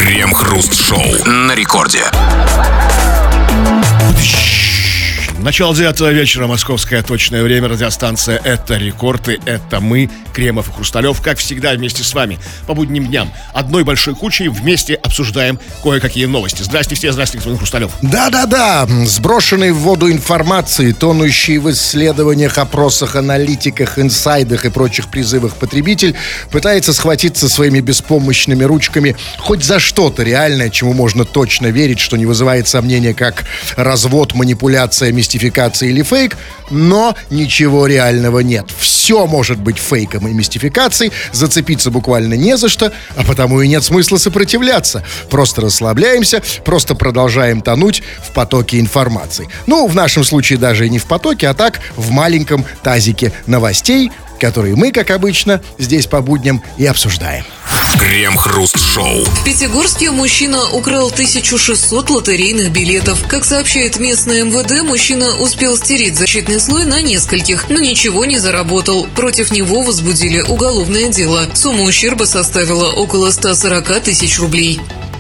Крем-хруст-шоу на рекорде. Начало 9 вечера, московское точное время, радиостанция «Это рекорд», и это мы, Кремов и Хрусталев, как всегда, вместе с вами по будним дням. Одной большой кучей вместе обсуждаем кое-какие новости. Здрасте все, здрасте, господин Хрусталев. Да-да-да, сброшенный в воду информации, тонущий в исследованиях, опросах, аналитиках, инсайдах и прочих призывах потребитель пытается схватиться своими беспомощными ручками хоть за что-то реальное, чему можно точно верить, что не вызывает сомнения, как развод, манипуляция, мистификация или фейк, но ничего реального нет. Все может быть фейком и мистификацией, зацепиться буквально не за что, а потому и нет смысла сопротивляться. Просто расслабляемся, просто продолжаем тонуть в потоке информации. Ну, в нашем случае даже и не в потоке, а так в маленьком тазике новостей, которые мы, как обычно, здесь по будням и обсуждаем. Крем-хруст-шоу. В Пятигорске мужчина украл 1600 лотерейных билетов. Как сообщает местное МВД, мужчина успел стереть защитный слой на нескольких, но ничего не заработал. Против него возбудили уголовное дело. Сумма ущерба составила около 140 тысяч рублей.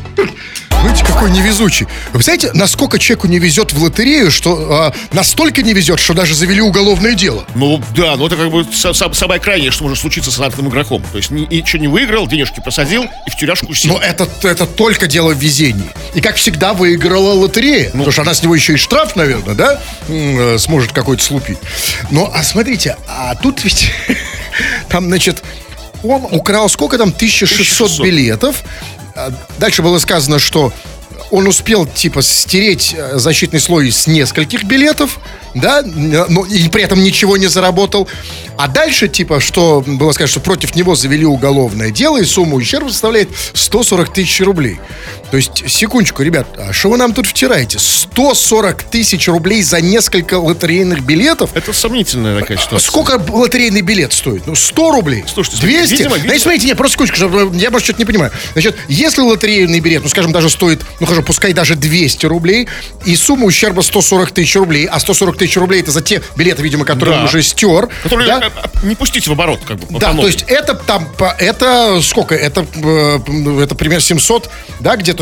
Знаете, какой невезучий. Вы знаете, насколько человеку не везет в лотерею, что настолько не везет, что даже завели уголовное дело. Ну да, ну это как бы самое крайнее, что может случиться с азартным игроком. То есть ничего не выиграл, денежки посадил и в тюряшку сел. Но это только дело в везении. И как всегда выиграла лотерея. Потому что она с него еще и штраф, наверное, да, сможет какой-то слупить. Ну, а смотрите, а тут ведь там, значит, он украл сколько там? 1600 билетов. Дальше было сказано, что он успел, типа, стереть защитный слой с нескольких билетов, да, но и при этом ничего не заработал. А дальше, типа, что было сказано, что против него завели уголовное дело, и сумма ущерба составляет 140 тысяч рублей. То есть, секундочку, ребят, а что вы нам тут втираете? 140 тысяч рублей за несколько лотерейных билетов? Это сомнительная такая ситуация. Сколько лотерейный билет стоит? Ну, 100 рублей? Слушайте, 200? видимо. Значит, смотрите, нет, просто секундочку, я просто что-то не понимаю. Значит, если лотерейный билет, ну, скажем, даже стоит, ну, хорошо, пускай даже 200 рублей, и сумма ущерба 140 тысяч рублей, а 140 тысяч рублей это за те билеты, видимо, которые он уже стер. Которые да? Не пустить в оборот, как бы. Да, то есть это там, это сколько? Это примерно 700, да, где-то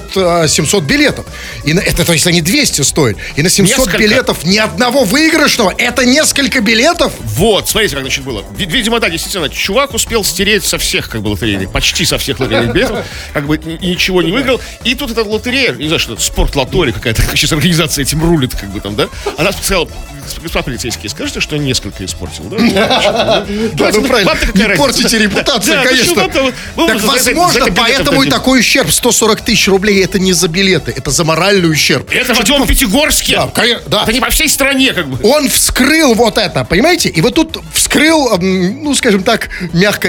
700 билетов. И это, то есть они 200 стоят. И на 700 несколько билетов ни одного выигрышного. Это несколько билетов? Вот, смотрите, как, значит, было. Видимо, да, действительно, чувак успел стереть со всех, как бы, лотерейных, почти со всех лотерейных билетов, как бы, и ничего не выиграл. И тут эта лотерея, не знаю, что это, спортлото или какая-то сейчас организация этим рулит, как бы там, да? Она сказала: господа полицейские, скажите, что я несколько испортил, да? Да, ну правильно, не портите репутацию, конечно. Так, возможно, поэтому и такой ущерб 140 тысяч рублей, это не за билеты, это за моральный ущерб. Это в одном Пятигорске. Да. Это не по всей стране, как бы. Он вскрыл вот это, понимаете? И вот тут вскрыл, ну, скажем так, мягко,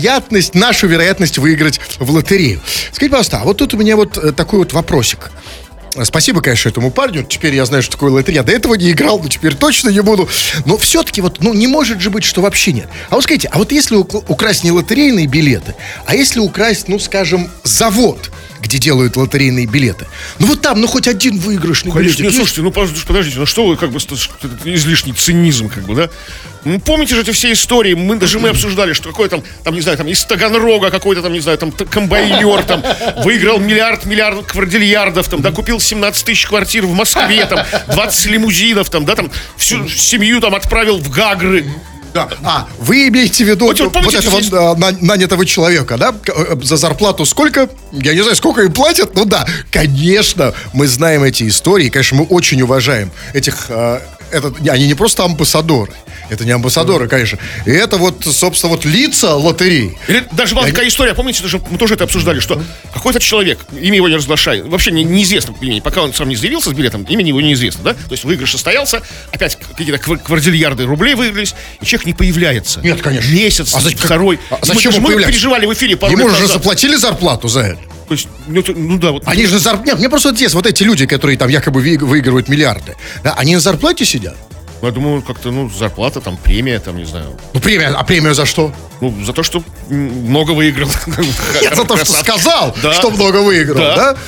нашу вероятность выиграть в лотерею. Скажите, пожалуйста, а вот тут у меня вот такой вот вопросик. Спасибо, конечно, этому парню. Теперь я знаю, что такое лотерея. До этого не играл, но теперь точно не буду. Но все-таки вот, ну, не может же быть, что вообще нет. А вот скажите, а вот если украсть не лотерейные билеты, а если украсть, ну, скажем, завод, где делают лотерейные билеты. Ну вот там, ну хоть один выигрышный билет. Нет, слушайте, ну подождите, ну что вы, как бы, излишний цинизм, как бы, да? Ну, помните же эти все истории, мы обсуждали, что какой-то там, не знаю, там из Таганрога какой-то там, не знаю, там комбайнер там выиграл миллиард квартильярдов, там, да, купил 17 тысяч квартир в Москве, там, 20 лимузинов, там, да, там, всю семью там отправил в Гагры. Да. А, вы имеете в виду вот этого нанятого человека, да? За зарплату сколько? Я не знаю, сколько им платят. Ну да, конечно, мы знаем эти истории. Конечно, мы очень уважаем этих... они не просто амбассадоры. Это не амбассадоры, конечно. И это вот, собственно, вот лица лотереи. Или даже была такая история, помните, мы тоже это обсуждали, что какой-то человек, имя его не разглашаю, вообще неизвестно имени, пока он сам не заявился с билетом, имени его неизвестно, да? То есть выигрыш состоялся, опять какие-то квартильярды рублей выигрались, и человек не появляется. Нет, конечно. Месяц, второй. Зачем мы переживали в эфире пару лет назад. Ему же заплатили зарплату за это. То есть, ну да, вот. Они же Нет, мне просто интересно, вот эти люди, которые там якобы выигрывают миллиарды, да, они на зарплате сидят? Я думаю, как-то, зарплата, там, премия, там, не знаю. Ну, премия, а премия за что? Ну, за то, что много выиграл. Нет, за то, что сказал, что много выиграл,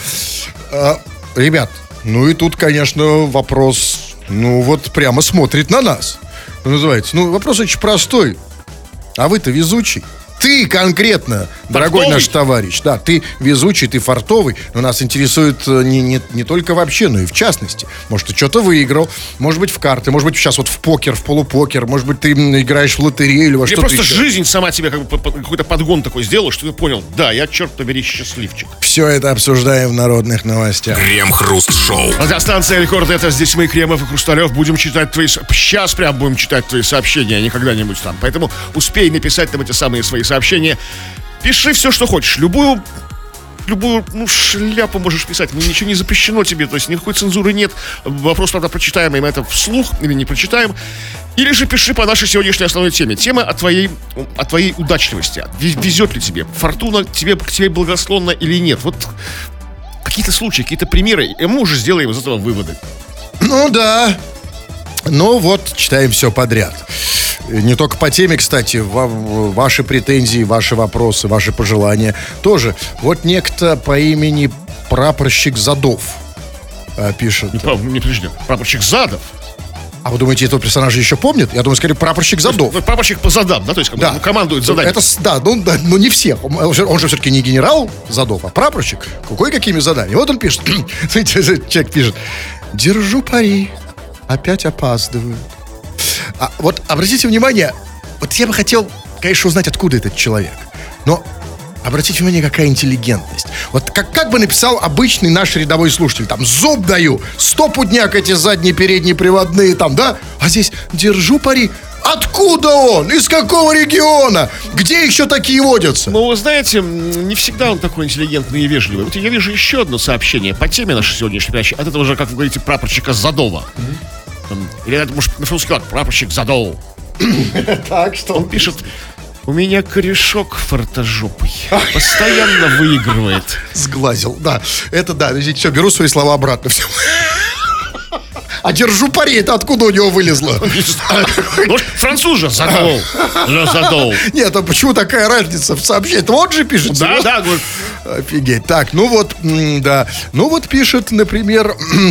да? Ребят, ну и тут, конечно, вопрос, ну вот прямо смотрит на нас. Что называется. Ну, вопрос очень простой. А вы-то везучий. Ты конкретно, дорогой Фартовый? наш товарищ, да, ты везучий, ты фартовый, но нас интересует не только вообще, но и в частности. Может, ты что-то выиграл, может быть, в карты, может быть, сейчас вот в покер, в полупокер, может быть, ты играешь в лотерею или во Мне что-то просто еще. жизнь сама тебе как бы какой-то подгон такой сделала, что ты понял, да, я, черт побери, счастливчик. Все это обсуждаем в народных новостях. Крем-хруст-шоу. Радиостанция Рекорд, это здесь мы, Кремов и Хрусталев, будем читать твои... Сейчас прям будем читать твои сообщения, а не когда-нибудь там. Поэтому успей написать нам эти самые свои сообщения. Пиши все, что хочешь, любую, шляпу можешь писать. Ничего не запрещено тебе, то есть никакой цензуры нет. Вопрос, правда, прочитаем мы это вслух или не прочитаем. Или же пиши по нашей сегодняшней основной теме. Тема о твоей удачливости. Везет ли тебе? Фортуна к тебе благосклонна или нет? Вот какие-то случаи, какие-то примеры, и мы уже сделаем из этого выводы. Ну да. Ну вот, читаем все подряд. Не только по теме, кстати, ваши претензии, ваши вопросы, ваши пожелания тоже. Вот некто по имени прапорщик Задов пишет. Не подожди, прапорщик Задов. А вы думаете, этого персонажа еще помнят? Я думаю, скорее, прапорщик Задов. Ну, прапорщик по задам, да, то есть Да. командует заданием. Ну не всех. Он же все-таки не генерал Задов, а прапорщик. Кое-какими заданиями. Вот он пишет. Смотрите, человек пишет. Держу пари. Опять опаздывают. А вот обратите внимание, вот я бы хотел, конечно, узнать, откуда этот человек. Но обратите внимание, какая интеллигентность. Вот как бы написал обычный наш рядовой слушатель. Там, зуб даю, стопудняк эти задние, передние, приводные там, да? А здесь держу пари. Откуда он? Из какого региона? Где еще такие водятся? Ну, вы знаете, не всегда он такой интеллигентный и вежливый. Вот я вижу еще одно сообщение по теме нашей сегодняшней передачи. От этого же, как вы говорите, прапорщика Задова. Или это, может, на французский лад, прапорщик Задов. Так, что Он пишет: у меня корешок фартожопый. Постоянно выигрывает. Сглазил, да. Это да, все, беру свои слова обратно. Все. А держу пари, это откуда у него вылезло? Может, француз же Задов. Задов. Нет, а почему такая разница в сообщении? Это вот же пишет. Да, говорит. Офигеть. Так, ну вот, да. Ну вот пишет, например...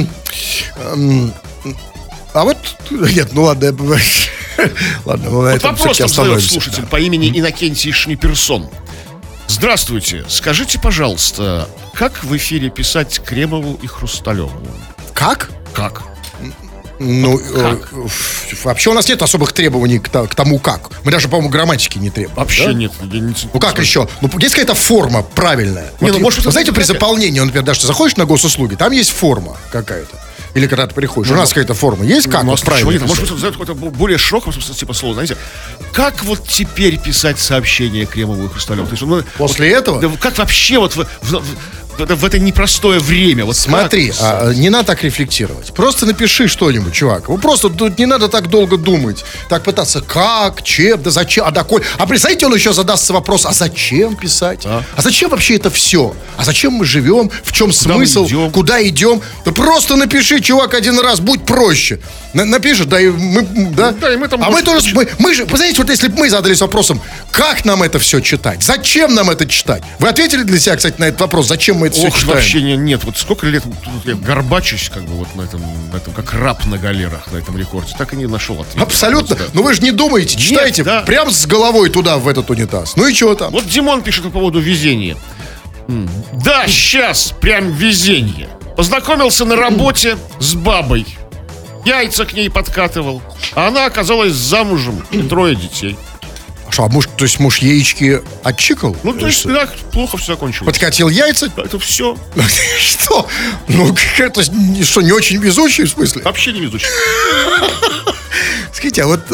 А вот... Нет, ну ладно. Ладно, мы на Вот этом вопрос все-таки там задает остановимся. слушатель по имени Иннокентий Шниперсон. Здравствуйте, скажите, пожалуйста, как в эфире писать Кремову и Хрусталеву? Как? Как? Ну, как? Вообще у нас нет особых требований к тому, как. Мы даже, по-моему, грамматики не требуем. Вообще да? нет. Ну как еще? Ну есть какая-то форма правильная. Не, Вот, ну, может, вы знаете, при какая-то- заполнении, например, даже ты заходишь на госуслуги, там есть форма какая-то. Или когда ты приходишь, у нас какая-то форма есть, как У вот нас правильно ничего нет. Может писать? быть, он задает какое-то более широкое типа слова, знаете? Как вот теперь писать сообщение Кремову и Хрусталеву? То есть, ну, После этого? да как вообще вот в это непростое время? Вот Смотри, как? не надо так рефлексировать. Просто напиши что-нибудь, чувак. Ну, просто тут не надо так долго думать. Так пытаться, как, чем, да зачем, а доколь. А представьте, он еще задастся вопрос, а зачем писать? А зачем вообще это все? А зачем мы живем? В чем мы смысл? идем? Куда идем? Да просто напиши, чувак, один раз, будь проще. Напишет, да и мы, да? Да, и мы там а мы тоже, мы же, вы знаете, вот если бы мы задались вопросом, как нам это все читать? Зачем нам это читать? Вы ответили для себя, кстати, на этот вопрос, зачем мы это все Ох, читаем? вообще нет. Вот сколько лет тут я горбачусь, как бы вот на этом, как раб на галерах, на этом рекорде. Так и не нашел ответа. Абсолютно. Просто. Но вы же не думаете, читайте да. прям с головой туда, в этот унитаз. Ну и чего там? Вот Димон пишет по поводу везения. Да, сейчас прям везение. Познакомился на работе с бабой. Яйца к ней подкатывал. А она оказалась замужем. 3 детей. Что, а муж, то есть муж яички отчикал? Ну, то есть, да, плохо все закончилось. Подкатил яйца? Это все. Что? Ну, это что, не очень везучий в смысле? Вообще не везучий. Скажите, а вот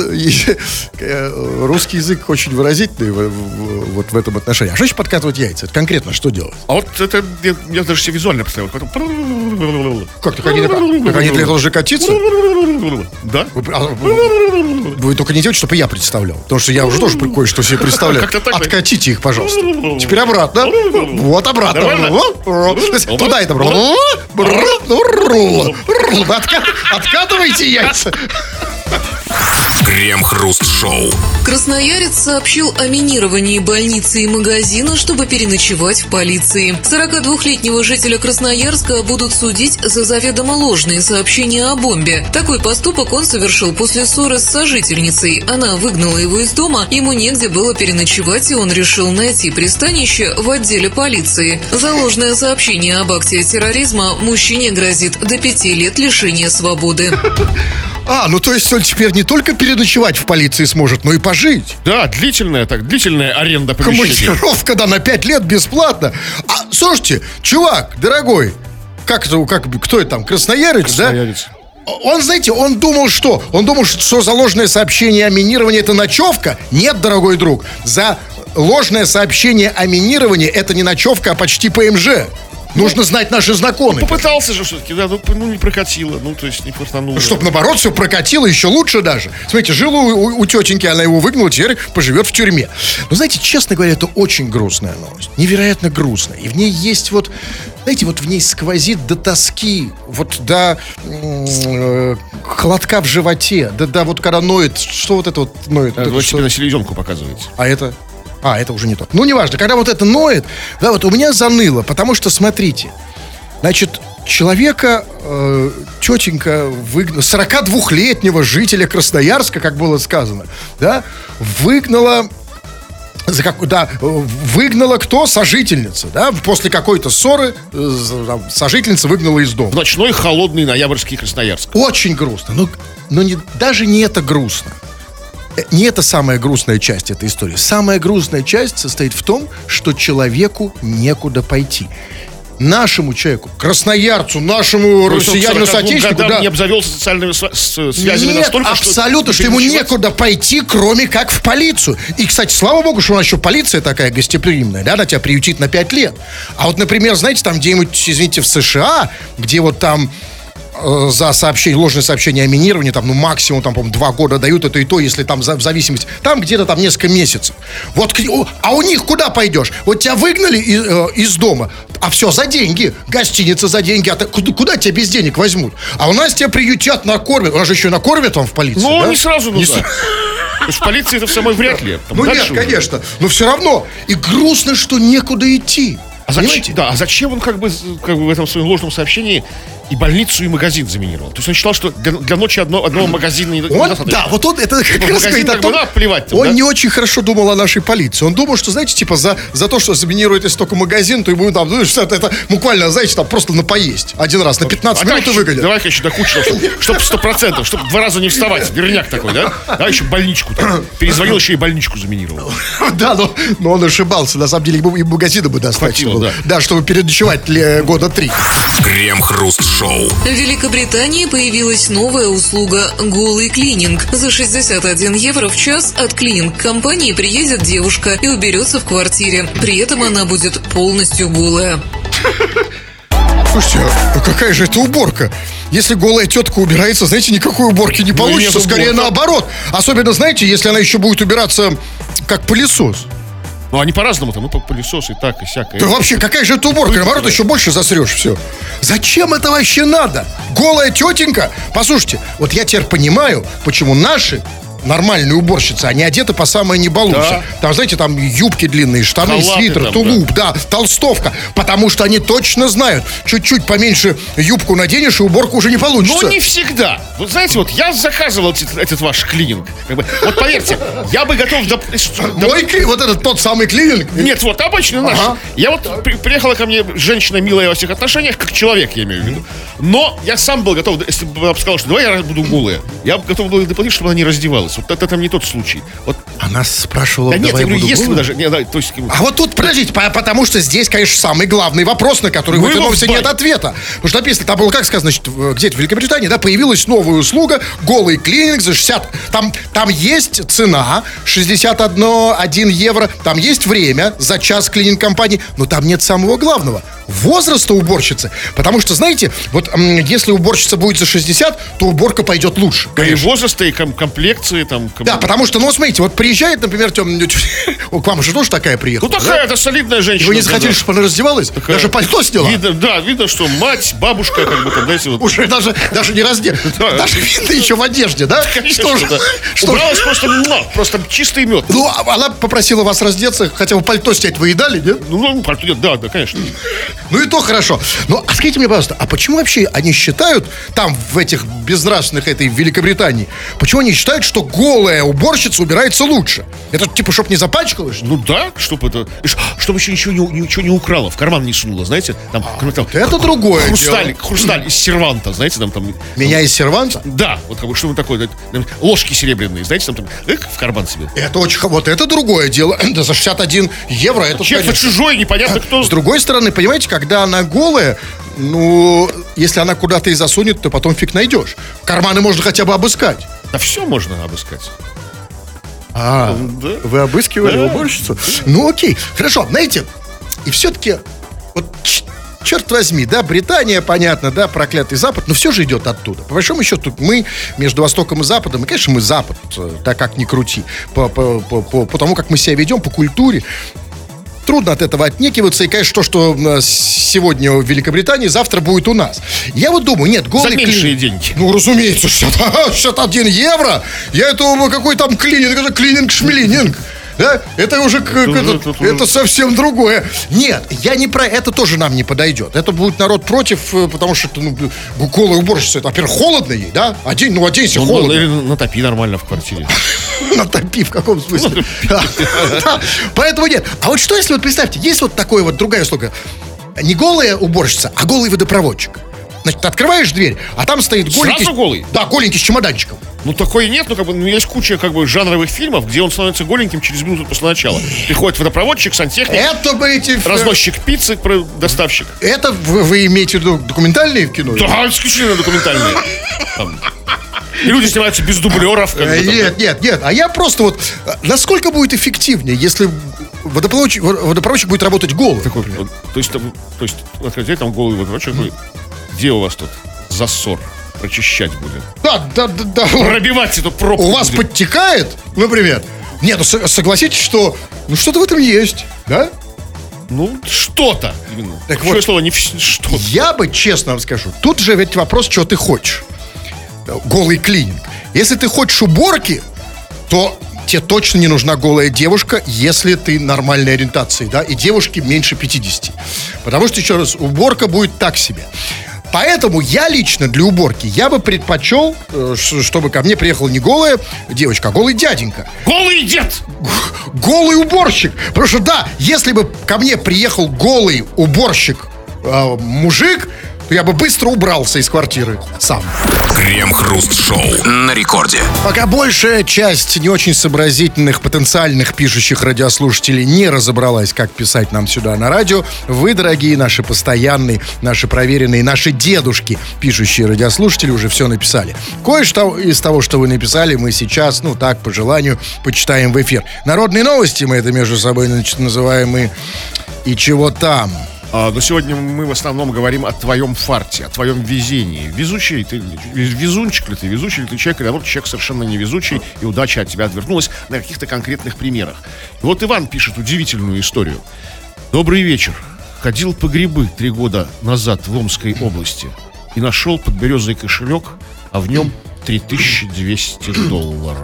русский язык очень выразительный вот в этом отношении. А что значит подкатывать яйца? Это конкретно что делать? А вот это я даже себе визуально представил. Потом... Как, так они для этого же катиться? Да? Вы только не делайте, чтобы я представлял. Потому что я уже тоже кое-что себе представляю. Как-то так, да. Откатите их, пожалуйста. Теперь обратно. Вот обратно. Нормально? Туда это. Откатывайте яйца. Крем-хруст-шоу. Красноярец сообщил о минировании больницы и магазина, чтобы переночевать в полиции. 42-летнего жителя Красноярска будут судить за заведомо ложные сообщения о бомбе. Такой поступок он совершил после ссоры с сожительницей. Она выгнала его из дома, ему негде было переночевать, и он решил найти пристанище в отделе полиции. За ложное сообщение об акте терроризма мужчине грозит до 5 лет лишения свободы. Ну то есть он теперь не только переночевать в полиции сможет, но и пожить. Да, длительная аренда помещения. Командировка, да, на 5 лет бесплатно. Слушайте, чувак, дорогой, кто это там, красноярец, да? Он, знаете, он думал, что за ложное сообщение о минировании это ночевка? Нет, дорогой друг, за ложное сообщение о минировании это не ночевка, а почти ПМЖ. Нужно знать наши законы. Попытался же все-таки, да, не прокатило, то есть не фартануло. Чтоб наоборот все прокатило, еще лучше даже. Смотрите, жил у тетеньки, она его выгнала, теперь поживет в тюрьме. Но знаете, честно говоря, это очень грустная новость. Невероятно грустная. И в ней есть знаете, в ней сквозит до тоски, до холодка в животе, да вот когда ноет, что вот это вот ноет? Вот тебе на селезенку показывается. Это уже не то. Неважно, когда вот это ноет, да, вот у меня заныло, потому что, смотрите, значит, человека, тетенька выгнала, 42-летнего жителя Красноярска, как было сказано, да, выгнала кто? Сожительница, да, после какой-то ссоры сожительница выгнала из дома. В ночной холодный ноябрьский Красноярск. Очень грустно, но даже не это грустно. Не это самая грустная часть этой истории. Самая грустная часть состоит в том, что человеку некуда пойти. Нашему человеку, красноярцу, нашему россиянину-соотечественнику, не обзавелся социальными связями настолько, абсолютно, что ему некуда пойти, кроме как в полицию. И, кстати, слава богу, что у нас еще полиция такая гостеприимная, да, она тебя приютит на 5 лет. А вот, например, знаете, там где-нибудь, извините, в США, где вот там за ложное сообщение о минировании, там, максимум, там, по-моему, 2 года дают, это и то, если там в зависимости, там где-то там несколько месяцев. А у них куда пойдешь? Вот тебя выгнали из дома, а все за деньги, гостиница за деньги, куда тебя без денег возьмут? А у нас тебя приютят, накормят, у нас же еще накормят там в полиции, да? Не сразу, в полиции это в самой вряд ли. Нет, конечно, но все равно. И грустно, что некуда идти. А зачем он в этом своем ложном сообщении и больницу, и магазин заминировал? То есть он считал, что для ночи одного магазина недостаточно. Да, вот он это как раз говорит о том, он не очень хорошо думал о нашей полиции. Он думал, что, знаете, за то, что заминирует если только магазин, то ему там, это буквально, знаете, там просто поесть один раз, на 15 минут и выгонят. Давай-ка еще докучно, чтобы 100%, чтобы 2 раза не вставать. Верняк такой, да? Да, еще больничку. Перезвонил, еще и больничку заминировал. Да, но он ошибался. На самом деле, и магазина бы достаточно было. Да, чтобы переночевать 3 года. Крем-хруст-шоу. В Великобритании появилась новая услуга «Голый клининг». За 61 евро в час от клининг-компании приедет девушка и уберется в квартире. При этом она будет полностью голая. Слушайте, а какая же это уборка? Если голая тетка убирается, знаете, никакой уборки не получится. Скорее наоборот. Особенно, знаете, если она еще будет убираться как пылесос. Они по-разному, там, и пылесос, и так, и всякое. Да вообще, какая же это уборка? Наоборот, еще больше засрешь все. Зачем это вообще надо? Голая тетенька? Послушайте, вот я теперь понимаю, почему наши нормальные уборщицы, они одеты по самое не балуйся. Да. Там, знаете, там юбки длинные, штаны, халаты, свитер, там, тулуп, да, толстовка. Потому что они точно знают, чуть-чуть поменьше юбку наденешь, и уборка уже не получится. Но не всегда. Вот знаете, вот я заказывал этот ваш клининг. Вот поверьте, я бы готов... Мой клининг? Вот этот тот самый клининг? Нет, вот обычный наш. Я вот приехала ко мне женщина милая во всех отношениях, как человек, я имею в виду. Но я сам был готов, если бы она сказала, что давай я буду голая, я бы готов был доплатить, чтобы она не раздевалась. Вот это там не тот случай. Вот. Она спрашивала, да нет, я говорю, если даже... Нет, да, то есть... А вот тут, подождите, потому что здесь, конечно, самый главный вопрос, на который в этой новости нет ответа. Потому что написано, там было, как сказано, значит, где-то в Великобритании, да, появилась новая услуга, голый клининг за 60... Там есть цена, 61 евро, там есть время за час клининг-компании, но там нет самого главного. возраста уборщицы. Потому что, знаете, вот если уборщица будет за 60, то уборка пойдет лучше. И возраста, и комплекции там. Да, потому что, ну, смотрите, вот приезжает, например, к вам же тоже такая приехала. Ну, такая, это солидная женщина. Вы не захотели, чтобы она раздевалась? Такая... Даже пальто сняла? Видно, что мать, бабушка, как бы там, знаете, вот. Уже даже не раздета. Даже видно еще в одежде, да? Конечно, да. Убралась просто чистый мед. Ну, она попросила вас раздеться, хотя бы пальто снять вы и дали, нет? Ну, пальто нет, да, конечно. Ну и то хорошо. Ну, а скажите мне, пожалуйста, а почему вообще они считают, там, в этих безнравственных этой Великобритании, почему они считают, что голая уборщица убирается лучше? Это типа, чтоб не запачкалась? Ну да, чтобы еще ничего не украла, в карман не сунула, знаете? Там, это другое хрусталь из серванта, знаете, там. Меня из серванта? Да, вот как бы что-нибудь такое, ложки серебряные, знаете, там в карман себе. Это очень, вот это другое дело. Да за 61 евро это, человек чужой, непонятно кто. С другой стороны, понимаете, когда она голая, ну, если она куда-то и засунет, то потом фиг найдешь. Карманы можно хотя бы обыскать. Да все можно обыскать. Да. Вы обыскивали уборщицу? Ну, окей, хорошо, знаете, и все-таки, вот, черт возьми, да, Британия, понятно, да, проклятый Запад, но все же идет оттуда. По большому счету, мы между Востоком и Западом, и, конечно, мы Запад, так как ни крути, по тому, как мы себя ведем, по культуре, трудно от этого отнекиваться. И, конечно, то, что сегодня в Великобритании, завтра будет у нас. Я вот думаю, нет, голый... За меньшие деньги. Ну, разумеется, 61 евро. Я это какой там клининг, это клининг-шмелининг. Да? Это уже это совсем другое. Нет, я не про это тоже нам не подойдет. Это будет народ против, потому что голая уборщица, это, во-первых, холодно ей, да? Оденься, холодно. Или натопи нормально в квартире. Натопи в каком смысле? Поэтому нет. А вот что если, вот представьте, есть вот такое вот другая услуга. Не голая уборщица, а голый водопроводчик. Значит, ты открываешь дверь, а там стоит голенький... Сразу голый? Да, голенький с чемоданчиком. Ну, такой нет, есть куча, жанровых фильмов, где он становится голеньким через минуту после начала. Приходит водопроводчик, сантехник, разносчик пиццы, доставщик. Это вы имеете в виду документальные кино? Да, исключительно документальные. И люди снимаются без дублеров. Нет. А я просто вот... Насколько будет эффективнее, если водопроводчик будет работать голым? То есть, открыть там голый водопроводчик, где у вас тут засор? Прочищать будем. Да. Пробивать эту пробку. У вас подтекает, например? Нет, ну согласитесь, что... Ну что-то в этом есть, да? Ну, что-то. Именно. Так вот, слово не что-то. Я бы, честно вам скажу, тут же ведь вопрос, что ты хочешь. Голый клининг. Если ты хочешь уборки, то тебе точно не нужна голая девушка, если ты нормальной ориентации, да, и девушки меньше 50. Потому что, еще раз, уборка будет так себе. Поэтому я лично для уборки, я бы предпочел, чтобы ко мне приехала не голая девочка, а голый дяденька. Голый дед! Голый уборщик. Потому что, да, если бы ко мне приехал голый уборщик, мужик, то я бы быстро убрался из квартиры сам. Крем-хруст-шоу на рекорде. Пока большая часть не очень сообразительных, потенциальных пишущих радиослушателей не разобралась, как писать нам сюда на радио, вы, дорогие наши постоянные, наши проверенные, наши дедушки, пишущие радиослушатели, уже все написали. Кое-что из того, что вы написали, мы сейчас, ну так, по желанию, почитаем в эфир. Народные новости, мы это между собой называем и чего там. Но сегодня мы в основном говорим о твоем фарте, о твоем везении. Везучий ли ты, везунчик ли ты, везучий ли ты человек, или наоборот, человек совершенно невезучий, и удача от тебя отвернулась на каких-то конкретных примерах. И вот Иван пишет удивительную историю. Добрый вечер. Ходил по грибы 3 года назад в Омской области и нашел под березой кошелек, а в нем $3200.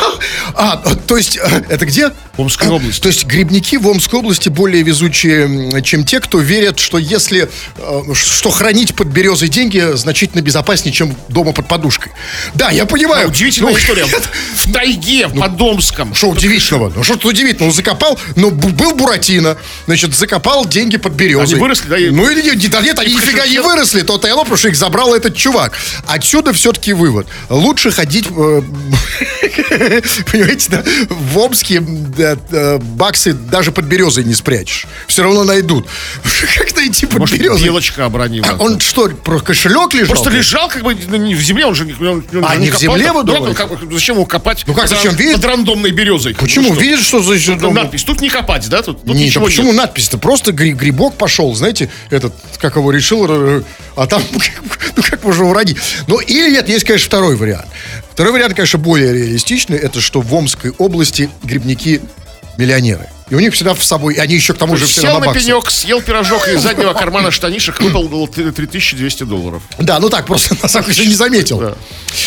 То есть, это где? Омская область. То есть грибники в Омской области более везучие, чем те, кто верят, что что хранить под березой деньги значительно безопаснее, чем дома под подушкой. Да, я понимаю. Удивительная история. В тайге, под Омском. Что удивительного? Ну, что тут удивительного? Закопал, был Буратино, значит, закопал деньги под березой. Они выросли, да? Ну, или нет, они нифига не выросли, то-то и оно, потому что их забрал этот чувак. Отсюда все-таки вывод. лучше ходить, понимаете, да, в Омске баксы даже под березой не спрячешь. Все равно найдут. Как найти под Может, березой? белочка обронила. Он что, про кошелек лежал? Просто лежал как бы не в земле, он же не копал. в земле, вы Дурак, думаете? зачем его копать? Ну как, зачем? Под рандомной березой. Почему? Ну, что? Видишь, что за... Там надпись, тут не копать, да? Тут Нет, ничего почему нет. надпись-то? Просто грибок пошел, знаете, этот, как его решил, а там, ну как можно уродить? Ну, или нет, есть, конечно, второй вариант. Второй вариант, конечно, более реалистичный, это что в Омской области грибники миллионеры. И у них всегда в собой, они еще к тому же всегда Сел на на баксы. пенек, съел пирожок и из заднего кармана штанишек выпал $3200. Да, ну так, просто на самом деле не заметил. Да.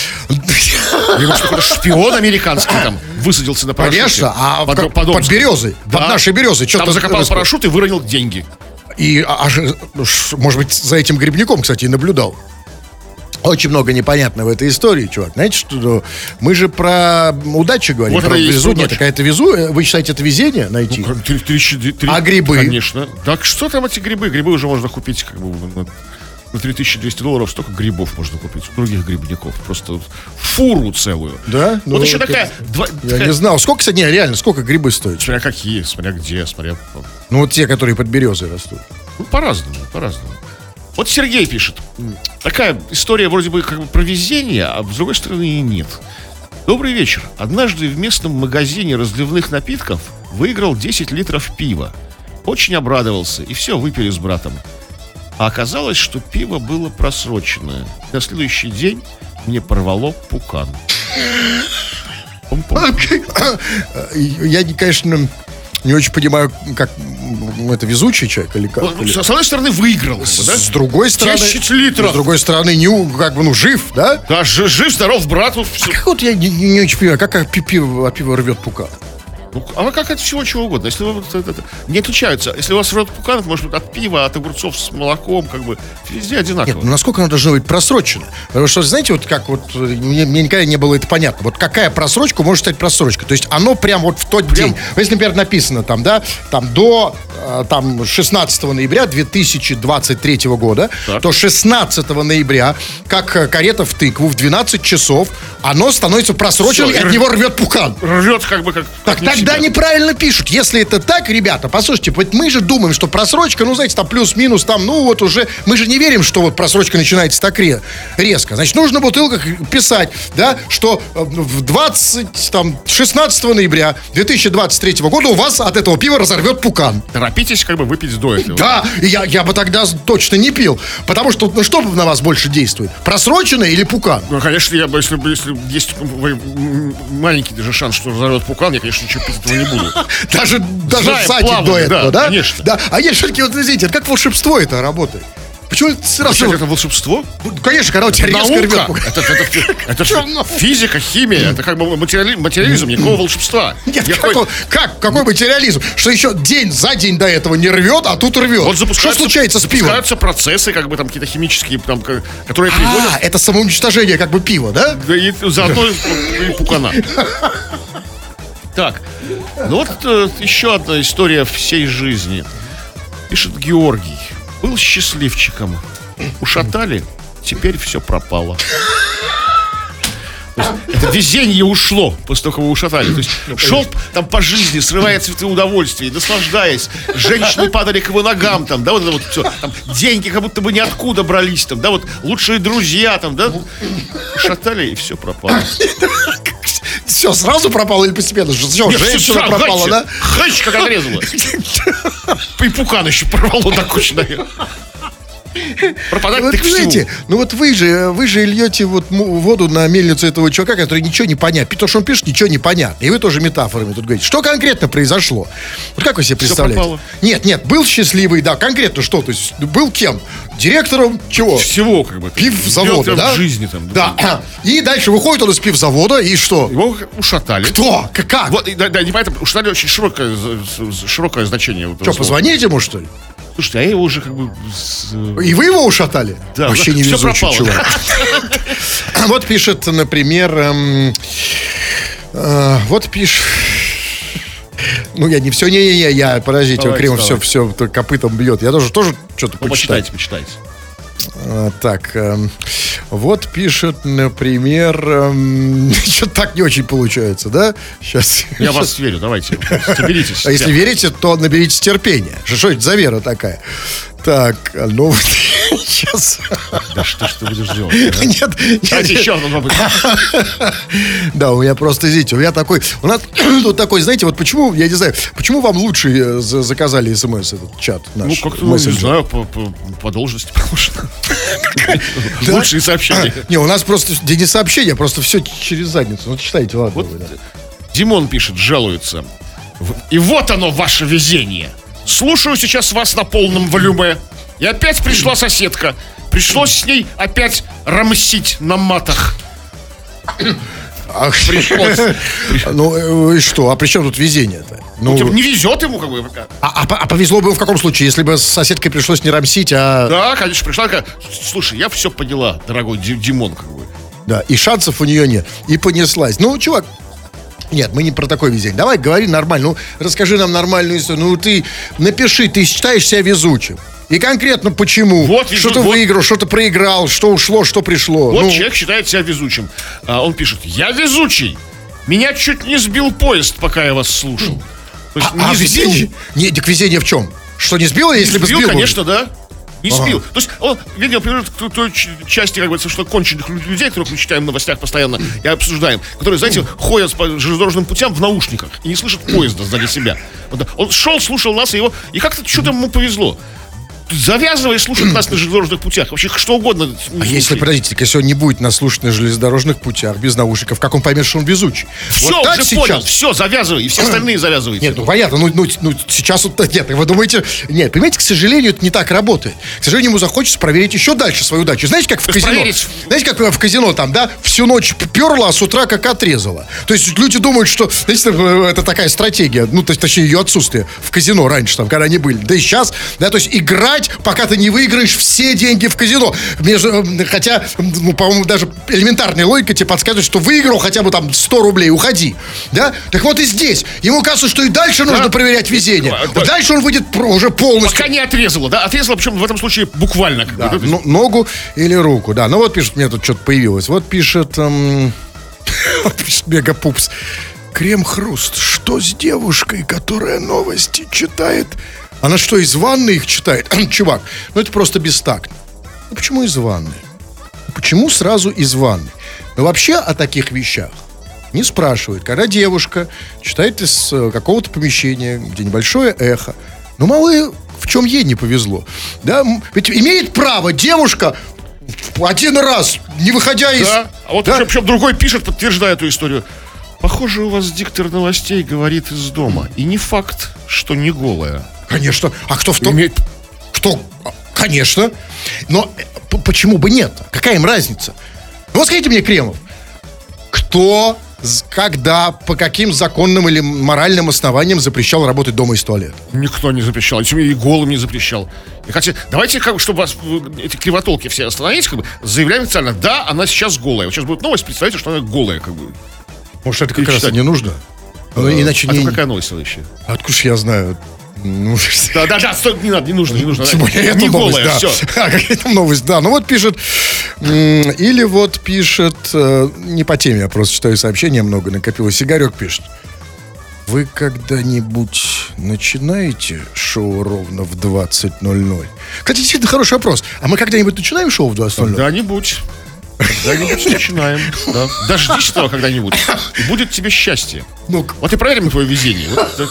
Или, может, какой-то шпион американский там высадился на парашюте. Конечно, а под Омском. березой, Да. под нашей березой. Там закопал парашют и выронил деньги. И, может быть, за этим грибником, кстати, и наблюдал. Очень много непонятного в этой истории, чувак. Знаете, что мы же про удачу говорим, Вот про это и есть везу. удача. Нет, какая-то везу. Вы считаете, это везение найти? А грибы? Конечно. Так что там эти грибы? Грибы уже можно купить как бы на $3200 столько грибов можно купить у других грибников. Просто фуру целую. Да? Вот Ну, еще это- такая... Я не знал. Сколько, кстати, не, реально, сколько грибы стоят? Смотря какие, смотря где, смотря... Ну, вот те, которые под березой растут. Ну, по-разному, по-разному. Вот Сергей пишет. Такая история вроде бы как бы про везение, а с другой стороны и нет. Добрый вечер. Однажды в местном магазине разливных напитков выиграл 10 литров пива. Очень обрадовался, и все, выпили с братом. А оказалось, что пиво было просроченное. На следующий день мне порвало пукан. Пум-пум. Я, конечно, не очень понимаю, как это везучий человек или как. Ну, с одной стороны, выиграл, как бы, да? С другой стороны, 10 литров. С другой стороны, как бы, жив, да? Да, жив, здоров, брату. Все. Как вот я не очень понимаю, как пиво рвет пукан? Ну, а как от всего чего угодно. Если вы не отличаются. Если у вас рот пукан, это может быть от пива, от огурцов с молоком, как бы везде одинаково. Нет, ну насколько оно должно быть просрочено? Потому что, знаете, вот как вот, мне никогда не было это понятно. Вот какая просрочка может стать просрочкой? То есть оно прям вот в тот день. Если, например, написано там, да, там до там 16 ноября 2023 года, Так. то 16 ноября, как карета в тыкву, в 12 часов, оно становится просроченным, Всё, и от него рвет пукан. Рвет как бы как... Так не в тогда себя. неправильно пишут. Если это так, ребята, послушайте, вот мы же думаем, что просрочка, ну, знаете, там плюс-минус, там, ну, вот уже, мы же не верим, что вот просрочка начинается так резко. Значит, нужно в бутылках писать, да, что в 16 ноября 2023 года у вас от этого пива разорвет пукан. Торопитесь как бы выпить до этого. Да, и я бы тогда точно не пил. Потому что, ну, что на вас больше действует? Просроченное или пукан? Ну, конечно, я бы, если есть маленький даже шанс, что разорвет пукан, я, конечно, ничего пить этого не буду. Даже Знаем, сзади плавно, до этого, да, да? конечно. Да. А я все-таки, вот, видите, это как волшебство это работает. Почему это сразу... Кстати, это волшебство? Ну, конечно, когда у тебя резко рвет Наука. пукан. Это Чё наука? физика, химия. Это как бы материализм, никакого волшебства. Нет, Никакой- какой материализм? Что еще день за день до этого не рвет, а тут рвет. Вот Что случается с пивом? запускаются процессы, как бы там какие-то химические, там, которые приводят Это самоуничтожение как бы пива, да? да, и заодно и пукана. Так, ну вот еще одна история всей жизни. Пишет Георгий. Был счастливчиком. Ушатали, теперь все пропало. То есть это везение ушло после того, как вы ушатали. То есть шел там по жизни, срывая цветы удовольствия, наслаждаясь. Женщины падали к его ногам, там, да, вот это вот все. Там, деньги как будто бы ниоткуда брались, там, да, вот лучшие друзья, там, да. Ушатали, и все пропало. Все, сразу пропало или постепенно? Все, Нет, всё женщина сразу, пропала, да? Хэч, как отрезала. И пукан еще порвало до кучи, наверное. Пропадать Вот так знаете, всего. ну вот вы же льете вот воду на мельницу этого чувака, который ничего не понятно. То, что он пишет, ничего не понятно. И вы тоже метафорами тут говорите. Что конкретно произошло? Вот как вы себе представляете? пропало. Нет, был счастливый, да, конкретно что? То есть был кем? Директором чего? Всего, как бы. Пивзавода, Дело да? в жизни там. Да. И дальше выходит он из пивзавода, и что? Его ушатали. Кто? Как? Вот, да, не поэтому, ушатали очень широкое значение. Вот этого Что, слова. позвоните ему, что ли? Слушайте, а я его уже как бы... И вы его ушатали? Да, Вообще всё невезучий пропало. чувак. Вот пишет, например, вот пишет... Ну, я не все, я, подождите, Давайте, Кремов давайте. все копытом бьет. Я тоже что-то Ну, почитаю. почитайте. Так, вот пишет, например, что-то так не очень получается, да? Сейчас. Я вас верю, давайте. Соберитесь. А если верите, то наберитесь терпения. Что это за вера такая? Так, ну вот сейчас. Да что ж ты будешь делать? Нет, Давайте еще одну попытку. да, у меня просто, извините, у меня такой, у нас вот такой, знаете, вот почему, я не знаю, почему вам лучше заказали СМС, этот чат наш? Ну, как-то, не знаю, по должности положено. Лучшие сообщения. Не, у нас просто не сообщения, просто все через задницу. Ну, читайте, ладно. Вот Димон пишет, жалуется. И вот оно, ваше везение. Слушаю сейчас вас на полном волюме. И опять пришла соседка. Пришлось с ней опять рамсить на матах. Пришлось. Ну, и что? А при чем тут везение-то? Ну, не везет ему, как бы. А повезло бы в каком случае, если бы с соседкой пришлось не рамсить, а... Да, конечно, пришла такая, слушай, я все поняла, дорогой Димон, как бы. Да, и шансов у нее нет. И понеслась. Ну, чувак, нет, мы не про такое везение. Давай, говори нормально. Ну, расскажи нам нормальную историю. Ну, ты напиши, ты считаешь себя везучим. И конкретно почему? Вот, что-то выиграл, что-то проиграл, что ушло, что пришло. Вот человек считает себя везучим. Он пишет, я везучий. Меня чуть не сбил поезд, пока я вас слушал. То есть, не везение? Нет, так везение в чем? Что, не сбило, если бы сбил? Конечно, да. Не сбил. То есть он, видел, например, к той части, как говорится, что конченых людей, которых мы читаем в новостях постоянно и обсуждаем, которые, знаете, ходят по железнодорожным путям в наушниках и не слышат поезда сзади себя. Он шел, слушал нас, и как-то что-то ему повезло. Завязывай слушать нас на железнодорожных путях. Вообще что угодно. А если, подождите, если он не будет нас слушать на железнодорожных путях без наушников, как он поймет, что он везучий? Все, вот так уже сейчас понял, все, завязывай, и все остальные завязывайте. Нет, ну понятно, ну сейчас вот, нет, вы думаете, нет, понимаете, к сожалению, это не так работает. К сожалению, ему захочется проверить еще дальше свою удачу. Знаете, как в казино? Знаете, как в казино там, да, всю ночь перла, а с утра как отрезала. То есть люди думают, что, знаете, это такая стратегия, ну, точнее, ее отсутствие в казино раньше, там, когда они были. Да и сейчас, да, то есть играть, пока ты не выиграешь все деньги в казино. Хотя, ну, по-моему, даже элементарная логика тебе подсказывает, что выиграл хотя бы там 100 рублей, уходи. Да? Так вот и здесь. Ему кажется, что и дальше нужно проверять везение. Вот дальше он выйдет уже полностью. Пока не отрезало, да? Отрезало, причем в этом случае буквально. Да, ногу или руку, да. Ну вот пишет, мне тут что-то появилось. Вот пишет, пишет Мегапупс. Крем-хруст, что с девушкой, которая новости читает? Она что, из ванны их читает? Чувак, ну это просто бестактно. Ну почему из ванны? Почему сразу из ванны? Ну вообще о таких вещах не спрашивают. Когда девушка читает из какого-то помещения, где небольшое эхо, ну мало в чем ей не повезло. Да? Ведь имеет право девушка один раз, не выходя из... Да, а вот причем другой пишет, подтверждая эту историю. Похоже, у вас диктор новостей говорит из дома. И не факт, что не голая. Конечно. А кто в том... Кто? Конечно. Но почему бы нет? Какая им разница? Ну, вот скажите мне, Кремов, кто, когда, по каким законным или моральным основаниям запрещал работать дома из туалета? Никто не запрещал. И голым не запрещал. И хотя, давайте, чтобы вас эти кривотолки все остановились, заявляем официально, да, она сейчас голая. Вот сейчас будет новость, представьте, что она голая, Может, это как раз не нужно? Иначе не... какая новость следующая? Откуда ж я знаю? Ну, да, стой, не надо, не нужно. Тем более, это не новость, голая, да. все. Какая там новость, да. Ну вот пишет, или вот пишет, не по теме, я просто читаю сообщения, много накопилось. Игорек пишет. Вы когда-нибудь начинаете шоу ровно в 20:00? Кстати, действительно хороший вопрос. А мы когда-нибудь начинаем шоу в 20:00? Когда-нибудь начинаем. Да. Дождись этого когда-нибудь. И будет тебе счастье. Вот и проверим твое везение.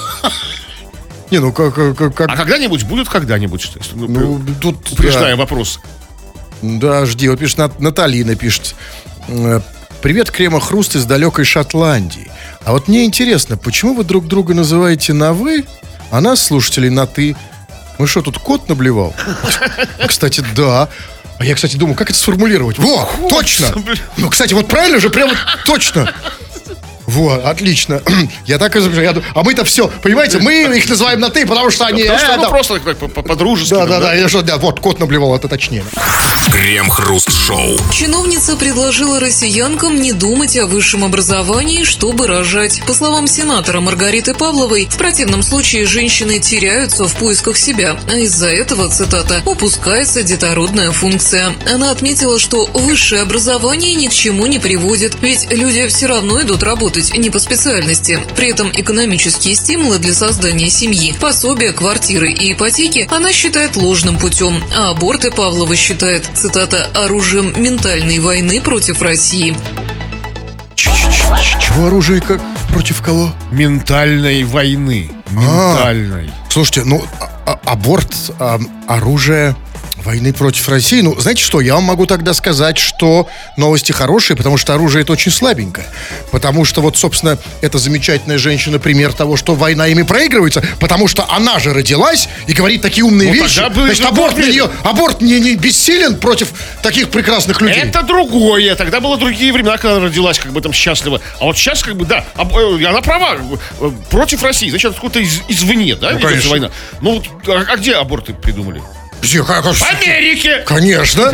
Не, ну как... А когда-нибудь будет когда-нибудь. Тут... Упреждая вопрос. Да, жди. Вот пишет, Наталья пишет. Привет, Крема-хруст из далекой Шотландии. А вот мне интересно, почему вы друг друга называете на «вы», а нас, слушателей, на «ты»? Ну что, тут кот наблевал? Кстати, да. А я, кстати, думаю, как это сформулировать? Во, точно! Ну, кстати, вот правильно же, прямо точно. Вот, отлично. Я так и запишу. А мы-то все, понимаете, мы их называем на «ты», потому что они... Потому что, ну, просто так по-дружески. Да, вот, кот наблевал, это точнее. Крем-хруст-шоу. Чиновница предложила россиянкам не думать о высшем образовании, чтобы рожать. По словам сенатора Маргариты Павловой, в противном случае женщины теряются в поисках себя, а из-за этого, цитата, упускается детородная функция. Она отметила, что высшее образование ни к чему не приводит, ведь люди все равно идут работать не по специальности. При этом экономические стимулы для создания семьи, пособия, квартиры и ипотеки она считает ложным путем, а аборты Павлова считает, цитата, оружием ментальной войны против России. Чего оружие как? Против кого? Ментальной войны. Ментальной. Слушайте, ну, аборт, оружие войны против России. Ну, знаете что, я вам могу тогда сказать, что новости хорошие, потому что оружие это очень слабенькое. Потому что вот, собственно, эта замечательная женщина пример того, что война ими проигрывается, потому что она же родилась и говорит такие умные вещи. Значит, аборт не бессилен против таких прекрасных людей. Это другое. Тогда было другие времена, когда она родилась, как бы там счастлива. А вот сейчас, как бы, да, она права. Против России. Значит, откуда-то извне, да, ведется война. Ну, а где аборты придумали? Где? В Америке! Конечно.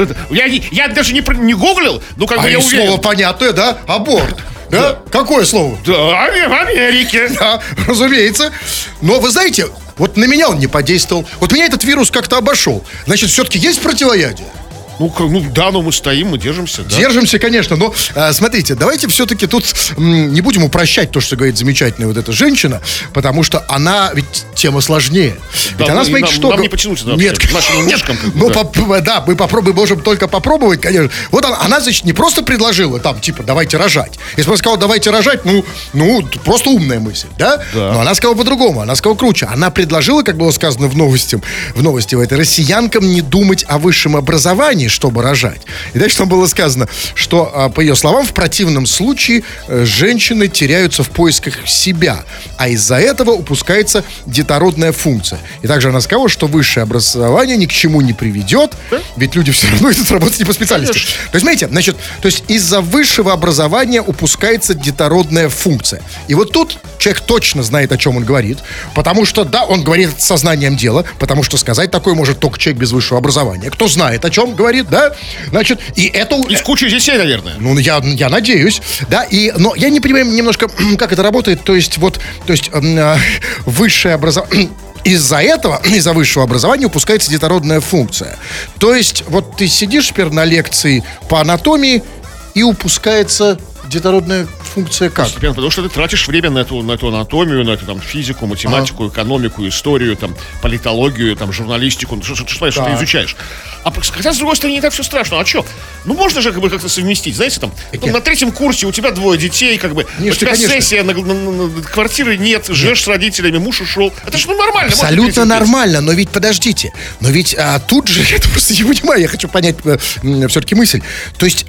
Я даже не гуглил, но как бы я уверен. Слово понятное, да? Аборт. Да? Какое слово? Да, в Америке. Да, разумеется. Но вы знаете, вот на меня он не подействовал. Вот меня этот вирус как-то обошел. Значит, все-таки есть противоядие? Ну да, но мы стоим, мы держимся. Да. Держимся, конечно, но смотрите, давайте все-таки тут не будем упрощать то, что говорит замечательная вот эта женщина, потому что она ведь тема сложнее. Да, ведь она, смотрите, что... Нам не потянуть это Нет, нашим умишкам. Ну, да, мы можем только попробовать, конечно. Вот она, значит, не просто предложила там, типа, давайте рожать. Если бы она сказала, давайте рожать, ну, просто умная мысль, да? Но она сказала по-другому, она сказала круче. Она предложила, как было сказано в новости в этой, россиянкам не думать о высшем образовании, чтобы рожать. И дальше там было сказано, что, по ее словам, в противном случае женщины теряются в поисках себя, а из-за этого упускается детородная функция. И также она сказала, что высшее образование ни к чему не приведет, ведь люди все равно идут работать не по специальности. Конечно. То есть, знаете, значит, то есть из-за высшего образования упускается детородная функция. И вот тут человек точно знает, о чем он говорит, потому что, да, он говорит сознанием дела, потому что сказать такое может только человек без высшего образования. Кто знает, о чем говорит, да? Значит, и это... Из кучи детей, наверное. Ну, я надеюсь, да, но я не понимаю немножко, как это работает, то есть высшее образование... Из-за высшего образования упускается детородная функция. То есть, вот ты сидишь теперь на лекции по анатомии, и упускается детородная функция как? Постепенно, потому что ты тратишь время на эту анатомию, на эту там физику, математику, экономику, историю, там, политологию, там, журналистику, что ты изучаешь. А хотя, с другой стороны, не так все страшно. А что? Ну, можно же как-то совместить. Знаете, там, на третьем курсе у тебя 2 детей, как бы, у тебя сессия, квартиры нет, живешь с родителями, муж ушел. Это же нормально. Абсолютно нормально, но ведь подождите. Но ведь тут же, я просто не понимаю, я хочу понять все-таки мысль. То есть,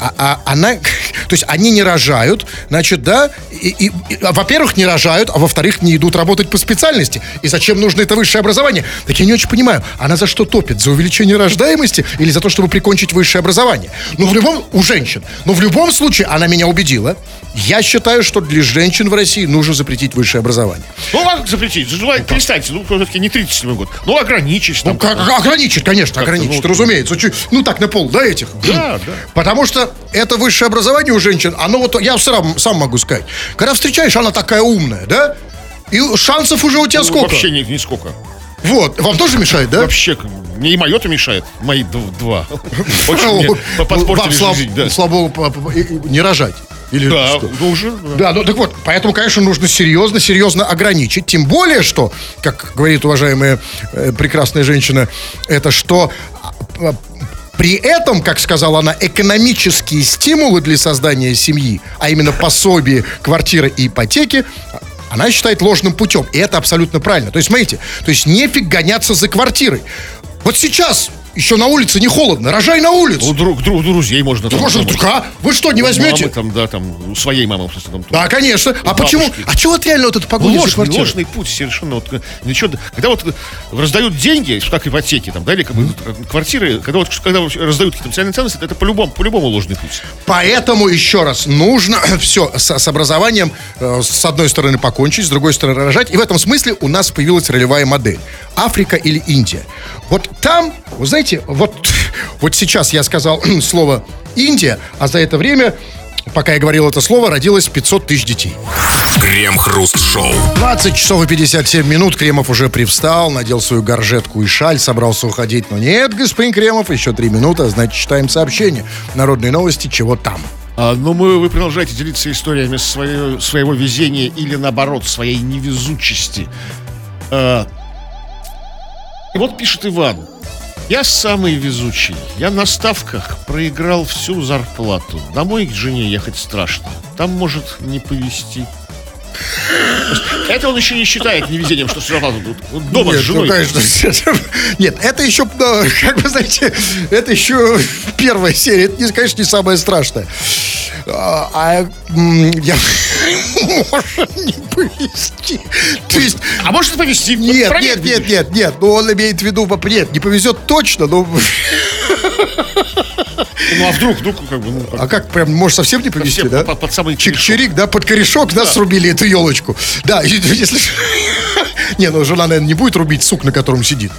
они не рожают, значит, да, во-первых, не рожают, а во-вторых, не идут работать по специальности. И зачем нужно это высшее образование? Так я не очень понимаю, она за что топит? За увеличение рождаемости или за то, чтобы прикончить высшее образование? У женщин. Но в любом случае, она меня убедила. Я считаю, что для женщин в России нужно запретить высшее образование. Ну, как запретить? Перестаньте, все-таки не 37-й год. Ну, ограничить. Там, ограничить, конечно, ограничить, разумеется. Ну, так, на пол, да, этих? Да. Потому что это высшее образование у женщин, оно вот, я сам могу сказать, когда встречаешь, она такая умная, да? И шансов уже у тебя сколько? Вообще нисколько. Вот, вам тоже мешает, да? Вообще, мне и мое-то мешает. Мои 2. Очень мне подпортили жизнь, да. Слабо не рожать. Или да, что? уже. Да, ну так вот, поэтому, конечно, нужно серьезно ограничить. Тем более, что, как говорит уважаемая прекрасная женщина, это что при этом, как сказала она, экономические стимулы для создания семьи, а именно пособие, квартиры и ипотеки, она считает ложным путем. И это абсолютно правильно. То есть, смотрите, нефиг гоняться за квартирой. Вот сейчас еще на улице не холодно, рожай на улицу. У друзей можно. Там, Можно, вы что, не возьмете? Мамы, там, да, там, у своей мамы. Там, Да, конечно. А бабушки. почему? А чего вот реально вот эта погода за квартиру? Ложный путь совершенно. Вот, ничего, когда вот раздают деньги, как ипотеки, там, да, или как бы, квартиры, когда раздают какие-то социальные ценности, это по-любому ложный путь. Поэтому, еще раз, нужно все с образованием, с одной стороны, покончить, с другой стороны, рожать. И в этом смысле у нас появилась ролевая модель. Африка или Индия. Вот там, вы знаете, вот сейчас я сказал слово «Индия», а за это время, пока я говорил это слово, родилось 500 тысяч детей. Крем-хруст-шоу. 20 часов и 57 минут. Кремов уже привстал, надел свою горжетку и шаль, собрался уходить. Но нет, господин Кремов, еще 3 минуты, а значит, читаем сообщение. Народные новости, чего там. Но вы продолжаете делиться историями своего везения или, наоборот, своей невезучести. И вот пишет Иван. Я самый везучий. Я на ставках проиграл всю зарплату. Домой к жене ехать страшно. Там может не повезти. Это он еще не считает невезением, что все равно дома с женой. Ну, конечно. Нет, это еще, как вы знаете, это еще первая серия. Это, конечно, не самое страшное. Я может не повезти. То есть... А может повезти? Нет. Ну, он имеет в виду, нет, не повезет точно, но... Ну, а вдруг, как бы... А как, прям, может совсем не повезти, да? Под самый чик-чирик, да, под корешок, да, срубили эту елочку. Да, если... Не, ну, жена, наверное, не будет рубить сук, на котором сидит.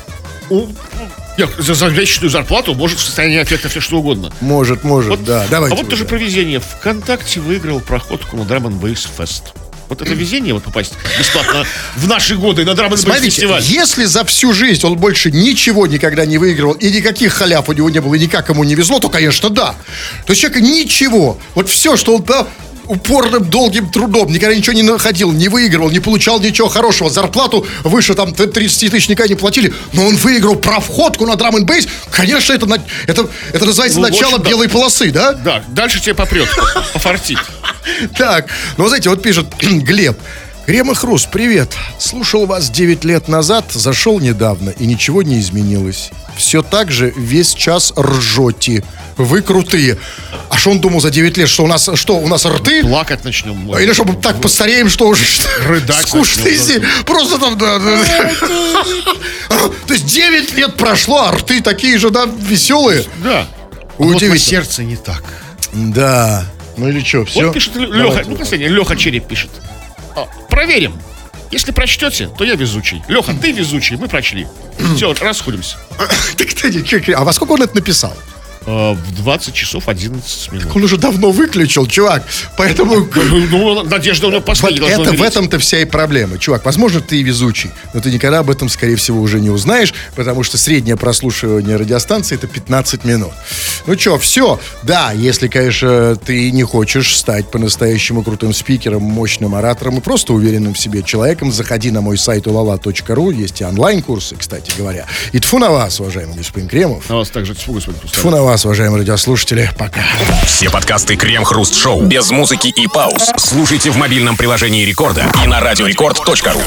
За месячную зарплату может в состоянии аффекта все что угодно. Может, да. Давайте. А вот тоже про везение. ВКонтакте выиграл проходку на Drum & Bass Fest. Вот это везение, вот попасть бесплатно в наши годы на Drum & Bass фестиваль. Если за всю жизнь он больше ничего никогда не выигрывал, и никаких халяв у него не было, и никак ему не везло, то, конечно, да. То есть человек ничего, вот все, что он, да, упорным, долгим трудом, никогда ничего не находил, не выигрывал, не получал ничего хорошего, зарплату выше там 30 тысяч никогда не платили, но он выиграл проходку на Drum & Bass, конечно, это называется начало белой полосы, да? Да, дальше тебе попрет, пофартит. Так, ну, вы знаете, вот пишет Глеб. Крем и Хруст, привет. Слушал вас 9 лет назад, зашел недавно, и ничего не изменилось. Все так же весь час ржете. Вы крутые. А что он думал за 9 лет? Что у нас рты? Плакать начнем. Или что, мы так постареем, что уже рыдать скучно идти. Просто там, да. То есть 9 лет прошло, а рты такие же, да, веселые. Да. Удивительно. Вот сердце не так. Да. Ну или что, все? Вот пишет Леха, последнее, Леха Череп пишет. Проверим. Если прочтете, то я везучий. Леха, ты везучий, мы прочли. Все, расходимся. А во сколько он это написал? В 20 часов 11 минут. Он уже давно выключил, чувак. Поэтому... Ну, надежда у него последняя. В этом-то вся и проблема. Чувак, возможно, ты и везучий, но ты никогда об этом, скорее всего, уже не узнаешь, потому что среднее прослушивание радиостанции — это 15 минут. Ну что, все. Да, если, конечно, ты не хочешь стать по-настоящему крутым спикером, мощным оратором и просто уверенным в себе человеком, заходи на мой сайт ulala.ru. Есть и онлайн-курсы, кстати говоря. И тьфу на вас, уважаемый господин Кремов. На вас также тьфу, господин Кустав. Тьфу на вас, уважаемые радиослушатели. Пока. Все подкасты Крем-хруст-шоу без музыки и пауз слушайте в мобильном приложении Рекорда и на радиорекорд.ру.